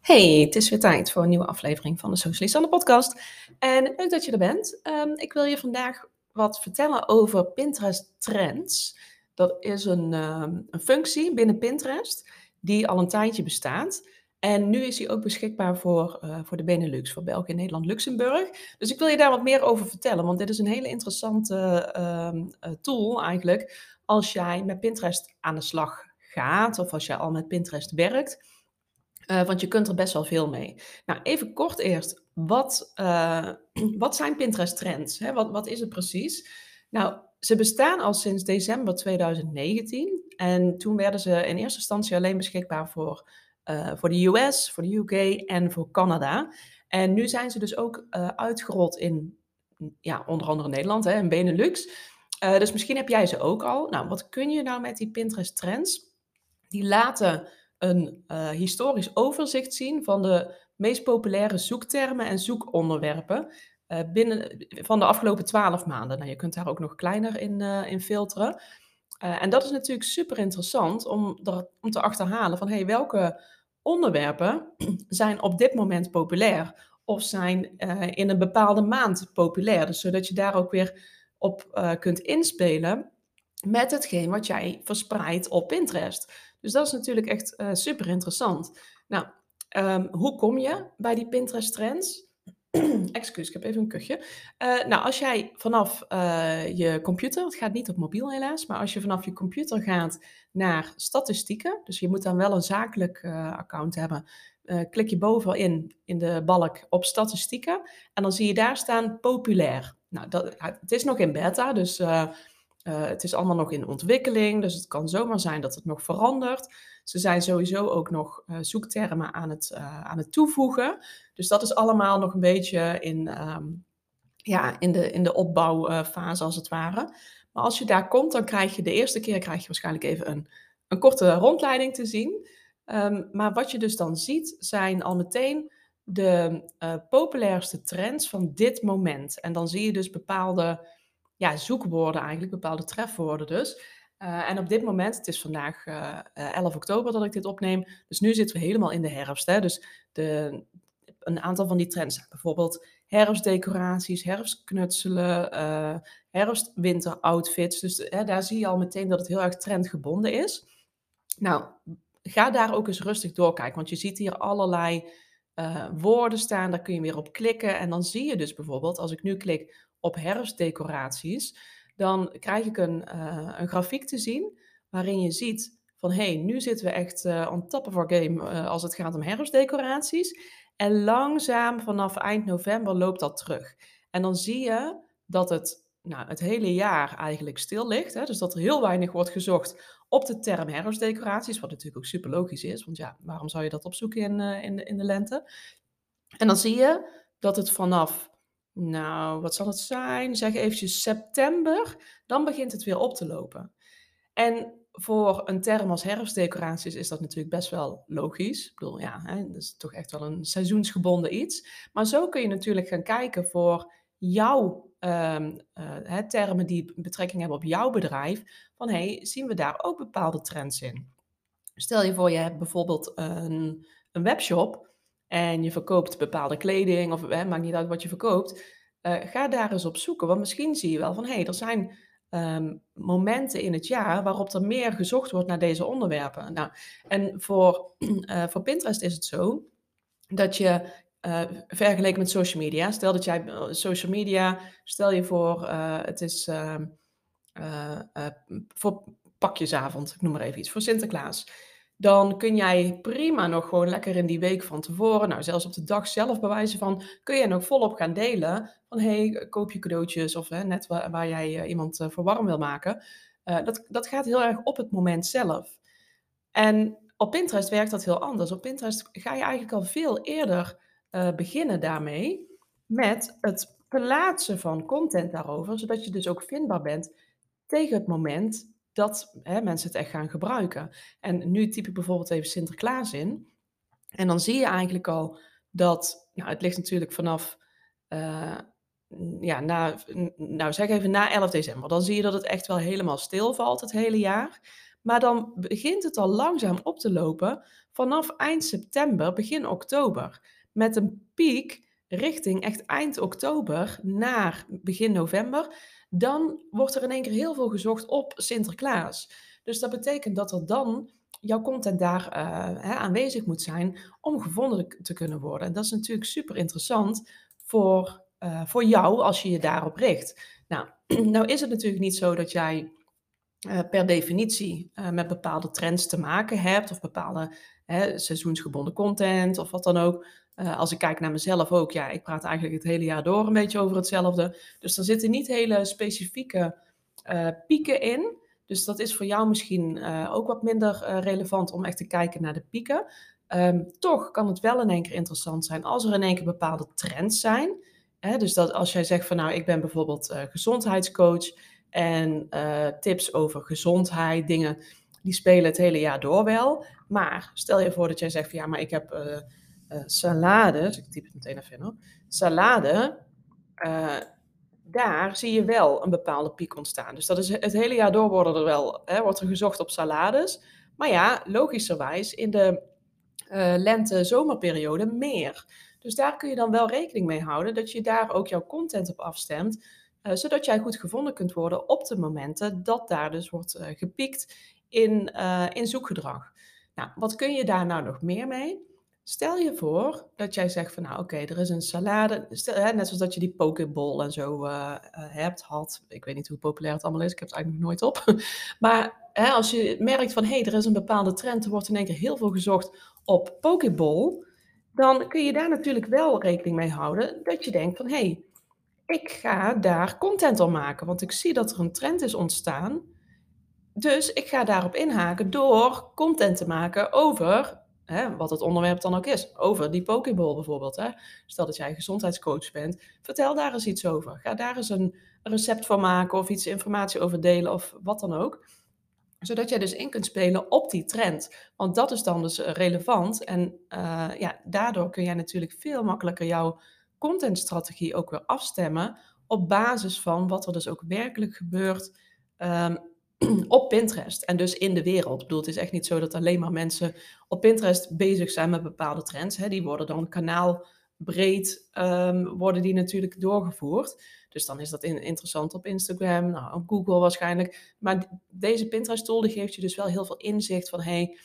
Hey, het is weer tijd voor een nieuwe aflevering van de Socialist podcast. En leuk dat je er bent. Ik wil je vandaag wat vertellen over Pinterest Trends. Dat is een functie binnen Pinterest die al een tijdje bestaat. En nu is die ook beschikbaar voor de Benelux, voor België, Nederland, Luxemburg. Dus ik wil je daar wat meer over vertellen, want dit is een hele interessante tool eigenlijk. Als jij met Pinterest aan de slag gaat of als jij al met Pinterest werkt. Want je kunt er best wel veel mee. Nou, even kort eerst. Wat zijn Pinterest trends? Hè? Wat is het precies? Nou, ze bestaan al sinds december 2019. En toen werden ze in eerste instantie alleen beschikbaar voor de US, voor de UK en voor Canada. En nu zijn ze dus ook uitgerold in, ja, onder andere Nederland, hè, in Benelux. Dus misschien heb jij ze ook al. Nou, wat kun je nou met die Pinterest trends? Die laten een historisch overzicht zien van de meest populaire zoektermen en zoekonderwerpen van de afgelopen 12 maanden. Nou, je kunt daar ook nog kleiner in filteren. En dat is natuurlijk super interessant om te achterhalen van hey, welke onderwerpen zijn op dit moment populair of zijn in een bepaalde maand populair. Dus zodat je daar ook weer op kunt inspelen met hetgeen wat jij verspreidt op Pinterest. Dus dat is natuurlijk echt super interessant. Nou, hoe kom je bij die Pinterest trends? Excuus, ik heb even een kuchje. Nou, als jij vanaf je computer, het gaat niet op mobiel helaas, maar als je vanaf je computer gaat naar statistieken, dus je moet dan wel een zakelijk account hebben, klik je bovenin in de balk op statistieken en dan zie je daar staan populair. Nou, het is nog in beta, dus het is allemaal nog in ontwikkeling, dus het kan zomaar zijn dat het nog verandert. Ze zijn sowieso ook nog zoektermen aan het toevoegen. Dus dat is allemaal nog een beetje in de opbouwfase als het ware. Maar als je daar komt, dan krijg je de eerste keer waarschijnlijk even een korte rondleiding te zien. Maar wat je dus dan ziet, zijn al meteen de populairste trends van dit moment. En dan zie je dus bepaalde zoekwoorden eigenlijk, bepaalde trefwoorden dus. En op dit moment, het is vandaag 11 oktober dat ik dit opneem, dus nu zitten we helemaal in de herfst. Hè? Dus een aantal van die trends zijn bijvoorbeeld herfstdecoraties, herfstknutselen, herfst-winter-outfits. Dus daar zie je al meteen dat het heel erg trendgebonden is. Nou, ga daar ook eens rustig doorkijken, want je ziet hier allerlei woorden staan, daar kun je weer op klikken. En dan zie je dus bijvoorbeeld, als ik nu klik op herfstdecoraties, dan krijg ik een grafiek te zien waarin je ziet van hey, nu zitten we echt on top of our game als het gaat om herfstdecoraties. En langzaam vanaf eind november loopt dat terug. En dan zie je dat het hele jaar eigenlijk stil ligt. Hè? Dus dat er heel weinig wordt gezocht op de term herfstdecoraties, wat natuurlijk ook super logisch is, want ja, waarom zou je dat opzoeken in de lente? En dan zie je dat het vanaf, nou, wat zal het zijn? Zeg eventjes september, dan begint het weer op te lopen. En voor een term als herfstdecoraties is dat natuurlijk best wel logisch. Ik bedoel, ja, dat is toch echt wel een seizoensgebonden iets. Maar zo kun je natuurlijk gaan kijken voor jouw termen die betrekking hebben op jouw bedrijf. Van hey, zien we daar ook bepaalde trends in? Stel je voor, je hebt bijvoorbeeld een webshop en je verkoopt bepaalde kleding of maakt niet uit wat je verkoopt. Ga daar eens op zoeken, want misschien zie je wel van hey, er zijn momenten in het jaar waarop er meer gezocht wordt naar deze onderwerpen. Nou, en voor Pinterest is het zo dat je vergeleken met social media, stel dat jij social media, stel je voor het is voor pakjesavond, ik noem maar even iets, voor Sinterklaas. Dan kun jij prima nog gewoon lekker in die week van tevoren, nou zelfs op de dag zelf bij wijze van, kun je nog volop gaan delen van hey, koop je cadeautjes of net waar jij iemand voor warm wil maken. Dat gaat heel erg op het moment zelf. En op Pinterest werkt dat heel anders. Op Pinterest ga je eigenlijk al veel eerder beginnen daarmee met het plaatsen van content daarover, zodat je dus ook vindbaar bent tegen het moment dat mensen het echt gaan gebruiken. En nu typ ik bijvoorbeeld even Sinterklaas in. En dan zie je eigenlijk al dat, nou, het ligt natuurlijk vanaf, uh, zeg even na 11 december. Dan zie je dat het echt wel helemaal stilvalt het hele jaar. Maar dan begint het al langzaam op te lopen vanaf eind september, begin oktober. Met een piek richting echt eind oktober naar begin november. Dan wordt er in één keer heel veel gezocht op Sinterklaas. Dus dat betekent dat er dan jouw content daar aanwezig moet zijn om gevonden te kunnen worden. En dat is natuurlijk super interessant voor jou als je je daarop richt. Nou, nou is het natuurlijk niet zo dat jij per definitie met bepaalde trends te maken hebt of bepaalde seizoensgebonden content of wat dan ook. Als ik kijk naar mezelf ook, ja, ik praat eigenlijk het hele jaar door een beetje over hetzelfde. Dus er zitten niet hele specifieke pieken in. Dus dat is voor jou misschien ook wat minder relevant om echt te kijken naar de pieken. Toch kan het wel in één keer interessant zijn als er in één keer bepaalde trends zijn. Dus dat als jij zegt van nou, ik ben bijvoorbeeld gezondheidscoach en tips over gezondheid, dingen die spelen het hele jaar door wel. Maar stel je voor dat jij zegt van ja, maar ik heb salade, dus ik typ het meteen even in hoor. Salade, daar zie je wel een bepaalde piek ontstaan. Dus dat is het hele jaar door wordt er gezocht op salades. Maar ja, logischerwijs in de lente-zomerperiode meer. Dus daar kun je dan wel rekening mee houden dat je daar ook jouw content op afstemt, zodat jij goed gevonden kunt worden op de momenten dat daar dus wordt gepiekt in zoekgedrag. Nou, wat kun je daar nou nog meer mee? Stel je voor dat jij zegt van nou oké, er is een salade, net zoals dat je die pokeball en zo had. Ik weet niet hoe populair het allemaal is, ik heb het eigenlijk nog nooit op. Maar als je merkt van hé, er is een bepaalde trend, er wordt in één keer heel veel gezocht op pokeball, dan kun je daar natuurlijk wel rekening mee houden dat je denkt van hé, ik ga daar content op maken, want ik zie dat er een trend is ontstaan. Dus ik ga daarop inhaken door content te maken over, wat het onderwerp dan ook is, over die pokeball bijvoorbeeld. Stel dat jij gezondheidscoach bent, vertel daar eens iets over. Ga daar eens een recept van maken of iets informatie over delen of wat dan ook. Zodat jij dus in kunt spelen op die trend. Want dat is dan dus relevant. En ja, daardoor kun jij natuurlijk veel makkelijker jouw contentstrategie ook weer afstemmen op basis van wat er dus ook werkelijk gebeurt op Pinterest en dus in de wereld. Ik bedoel, het is echt niet zo dat alleen maar mensen op Pinterest bezig zijn met bepaalde trends. Die worden dan kanaalbreed worden die natuurlijk doorgevoerd. Dus dan is dat interessant op Instagram, nou, op Google waarschijnlijk. Maar deze Pinterest-tool die geeft je dus wel heel veel inzicht van hey,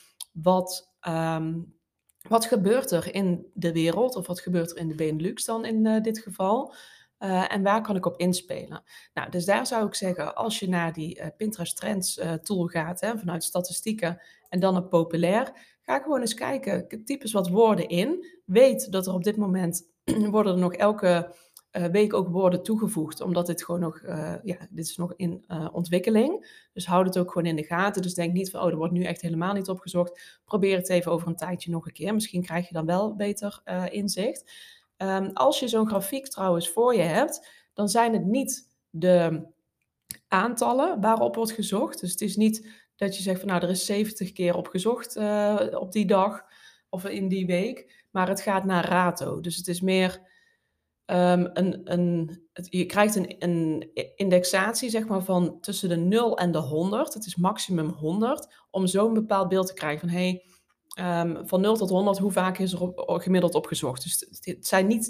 wat gebeurt er in de wereld of wat gebeurt er in de Benelux dan in dit geval? En waar kan ik op inspelen? Nou, dus daar zou ik zeggen, als je naar die Pinterest Trends tool gaat, vanuit statistieken en dan op populair, ga gewoon eens kijken, typ eens wat woorden in. Weet dat er op dit moment worden er nog elke week ook woorden toegevoegd, omdat dit gewoon nog, dit is nog in ontwikkeling. Dus houd het ook gewoon in de gaten. Dus denk niet van, oh, er wordt nu echt helemaal niet opgezocht. Probeer het even over een tijdje nog een keer. Misschien krijg je dan wel beter inzicht. Als je zo'n grafiek trouwens voor je hebt, dan zijn het niet de aantallen waarop wordt gezocht. Dus het is niet dat je zegt van nou, er is 70 keer op gezocht op die dag of in die week, maar het gaat naar rato. Dus het is meer je krijgt een indexatie zeg maar van tussen de 0 en de 100. Het is maximum 100 om zo'n bepaald beeld te krijgen van hey, van 0 tot 100, hoe vaak is er gemiddeld op gezocht? Dus het zijn niet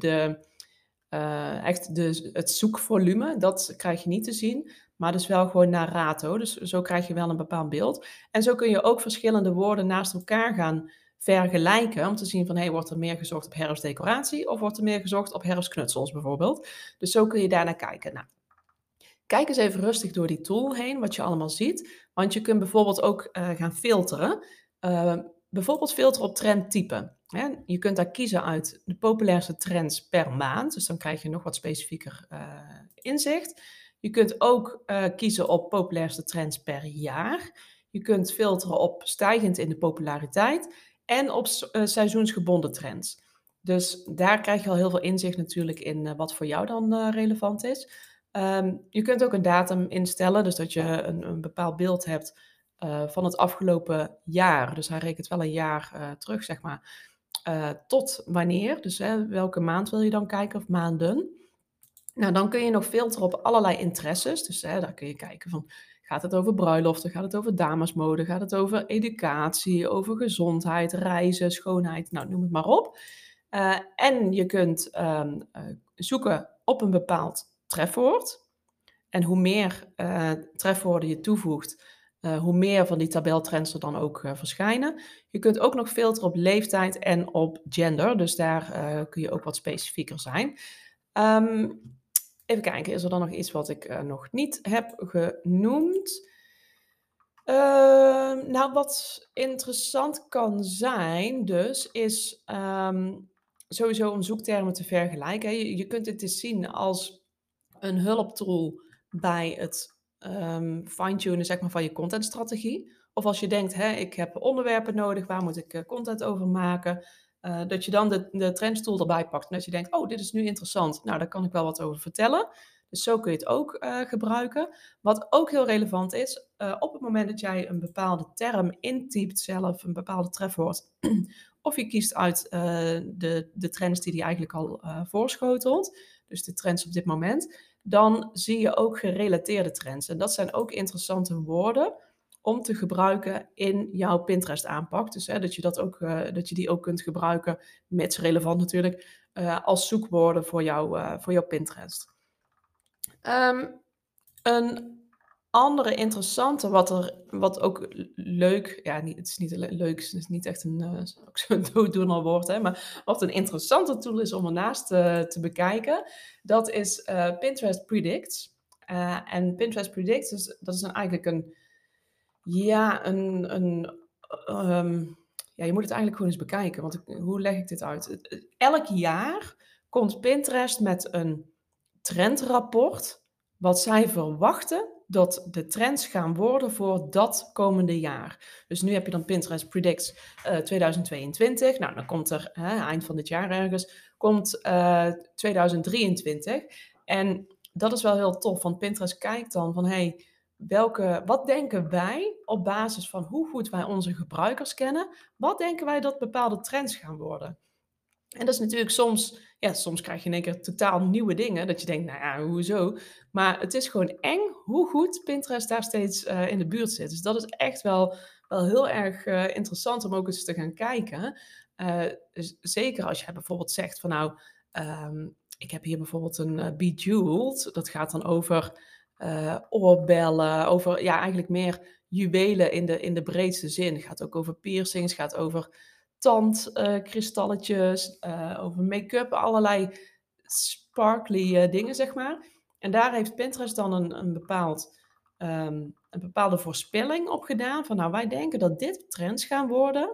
het zoekvolume, dat krijg je niet te zien, maar dus wel gewoon naar rato. Dus zo krijg je wel een bepaald beeld. En zo kun je ook verschillende woorden naast elkaar gaan vergelijken, om te zien van, hey, wordt er meer gezocht op herfstdecoratie of wordt er meer gezocht op herfstknutsels bijvoorbeeld? Dus zo kun je daar naar kijken. Nou, kijk eens even rustig door die tool heen, wat je allemaal ziet. Want je kunt bijvoorbeeld ook gaan filteren. Bijvoorbeeld filteren op trendtype. Je kunt daar kiezen uit de populairste trends per maand. Dus dan krijg je nog wat specifieker inzicht. Je kunt ook kiezen op populairste trends per jaar. Je kunt filteren op stijgend in de populariteit en op seizoensgebonden trends. Dus daar krijg je al heel veel inzicht natuurlijk in wat voor jou dan relevant is. Je kunt ook een datum instellen, dus dat je een bepaald beeld hebt van het afgelopen jaar. Dus hij rekent wel een jaar terug, zeg maar. Tot wanneer, dus welke maand wil je dan kijken of maanden. Nou, dan kun je nog filteren op allerlei interesses. Dus daar kun je kijken van, Gaat het over bruiloften? Gaat het over damesmode? Gaat het over educatie, over gezondheid, reizen, schoonheid? Nou, noem het maar op. En je kunt zoeken op een bepaald trefwoord. En hoe meer trefwoorden je toevoegt, hoe meer van die tabeltrends er dan ook verschijnen. Je kunt ook nog filteren op leeftijd en op gender. Dus daar kun je ook wat specifieker zijn. Ehm, Even kijken, is er dan nog iets wat ik nog niet heb genoemd? Nou, wat interessant kan zijn dus, is sowieso om zoektermen te vergelijken. Je kunt het dus zien als een hulptool bij het fine-tunen zeg maar, van je contentstrategie. Of als je denkt, hè, ik heb onderwerpen nodig, waar moet ik content over maken? Dat je dan de trendstoel erbij pakt. En dat je denkt, oh, dit is nu interessant. Nou, daar kan ik wel wat over vertellen. Dus zo kun je het ook gebruiken. Wat ook heel relevant is, op het moment dat jij een bepaalde term intypt zelf, een bepaalde trefwoord, of je kiest uit de trends die eigenlijk al voorschotelt, dus de trends op dit moment, dan zie je ook gerelateerde trends. En dat zijn ook interessante woorden om te gebruiken in jouw Pinterest aanpak. Dus dat je dat je die ook kunt gebruiken, mits relevant natuurlijk, als zoekwoorden voor jouw Pinterest. Een andere interessante, wat ook leuk, ja, het is niet leuk, het is niet echt ook zo'n dooddoener woord, hè, maar wat een interessante tool is om ernaast te bekijken, dat is Pinterest Predicts. En Pinterest Predicts, dat is dan eigenlijk ja, ja, je moet het eigenlijk gewoon eens bekijken, want hoe leg ik dit uit? Elk jaar komt Pinterest met een trendrapport wat zij verwachten dat de trends gaan worden voor dat komende jaar. Dus nu heb je dan Pinterest Predicts 2022. Nou, dan komt er eind van dit jaar ergens, komt 2023. En dat is wel heel tof, want Pinterest kijkt dan van, hey, wat denken wij op basis van hoe goed wij onze gebruikers kennen, wat denken wij dat bepaalde trends gaan worden? En dat is natuurlijk soms krijg je in één keer totaal nieuwe dingen, dat je denkt, nou ja, hoezo? Maar het is gewoon eng hoe goed Pinterest daar steeds in de buurt zit. Dus dat is echt wel heel erg interessant om ook eens te gaan kijken. Dus zeker als je bijvoorbeeld zegt van nou, ik heb hier bijvoorbeeld een Bejeweled, dat gaat dan over oorbellen, over ja, eigenlijk meer juwelen in de breedste zin. Het gaat ook over piercings, gaat over tandkristalletjes, over make-up, allerlei sparkly dingen, zeg maar. En daar heeft Pinterest dan een bepaalde voorspelling op gedaan. Van nou, wij denken dat dit trends gaan worden.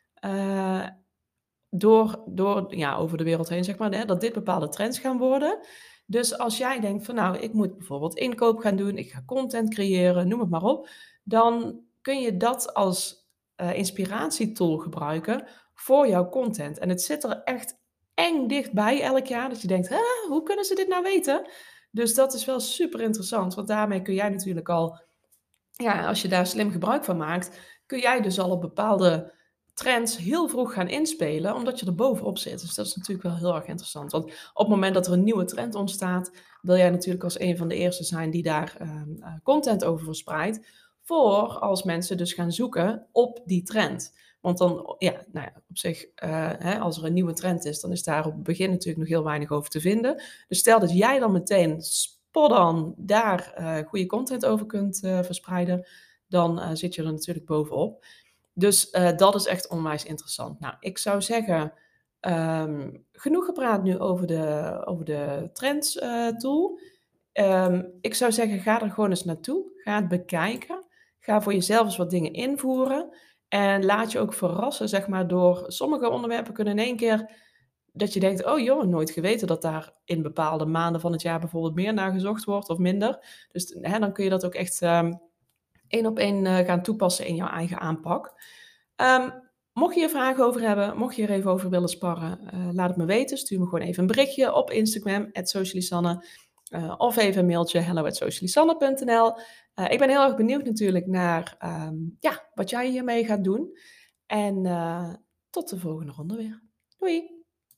Ja, over de wereld heen, zeg maar, hè, dat dit bepaalde trends gaan worden. Dus als jij denkt van nou, ik moet bijvoorbeeld inkoop gaan doen, ik ga content creëren, noem het maar op, dan kun je dat als inspiratietool gebruiken voor jouw content. En het zit er echt eng dichtbij elk jaar, dat je denkt, hè, hoe kunnen ze dit nou weten? Dus dat is wel super interessant, want daarmee kun jij natuurlijk al, ja, als je daar slim gebruik van maakt, kun jij dus al op bepaalde trends heel vroeg gaan inspelen, omdat je er bovenop zit. Dus dat is natuurlijk wel heel erg interessant. Want op het moment dat er een nieuwe trend ontstaat, wil jij natuurlijk als een van de eerste zijn die daar content over verspreidt, voor als mensen dus gaan zoeken op die trend. Want dan, ja, nou ja, op zich, als er een nieuwe trend is, dan is daar op het begin natuurlijk nog heel weinig over te vinden. Dus stel dat jij dan meteen spot on daar goede content over kunt verspreiden, dan zit je er natuurlijk bovenop. Dus dat is echt onwijs interessant. Nou, ik zou zeggen, genoeg gepraat nu over de trends tool. Ik zou zeggen, ga er gewoon eens naartoe. Ga het bekijken. Ga voor jezelf eens wat dingen invoeren. En laat je ook verrassen, zeg maar, door sommige onderwerpen kunnen in één keer dat je denkt, oh joh, nooit geweten dat daar in bepaalde maanden van het jaar bijvoorbeeld meer naar gezocht wordt of minder. Dus dan kun je dat ook echt één op één gaan toepassen in jouw eigen aanpak. Mocht je hier vragen over hebben, mocht je er even over willen sparren, laat het me weten. Stuur me gewoon even een berichtje op Instagram, @socialisanne. Of even een mailtje, hello@socialisanne.nl. Ik ben heel erg benieuwd natuurlijk naar wat jij hiermee gaat doen. En tot de volgende ronde weer. Doei!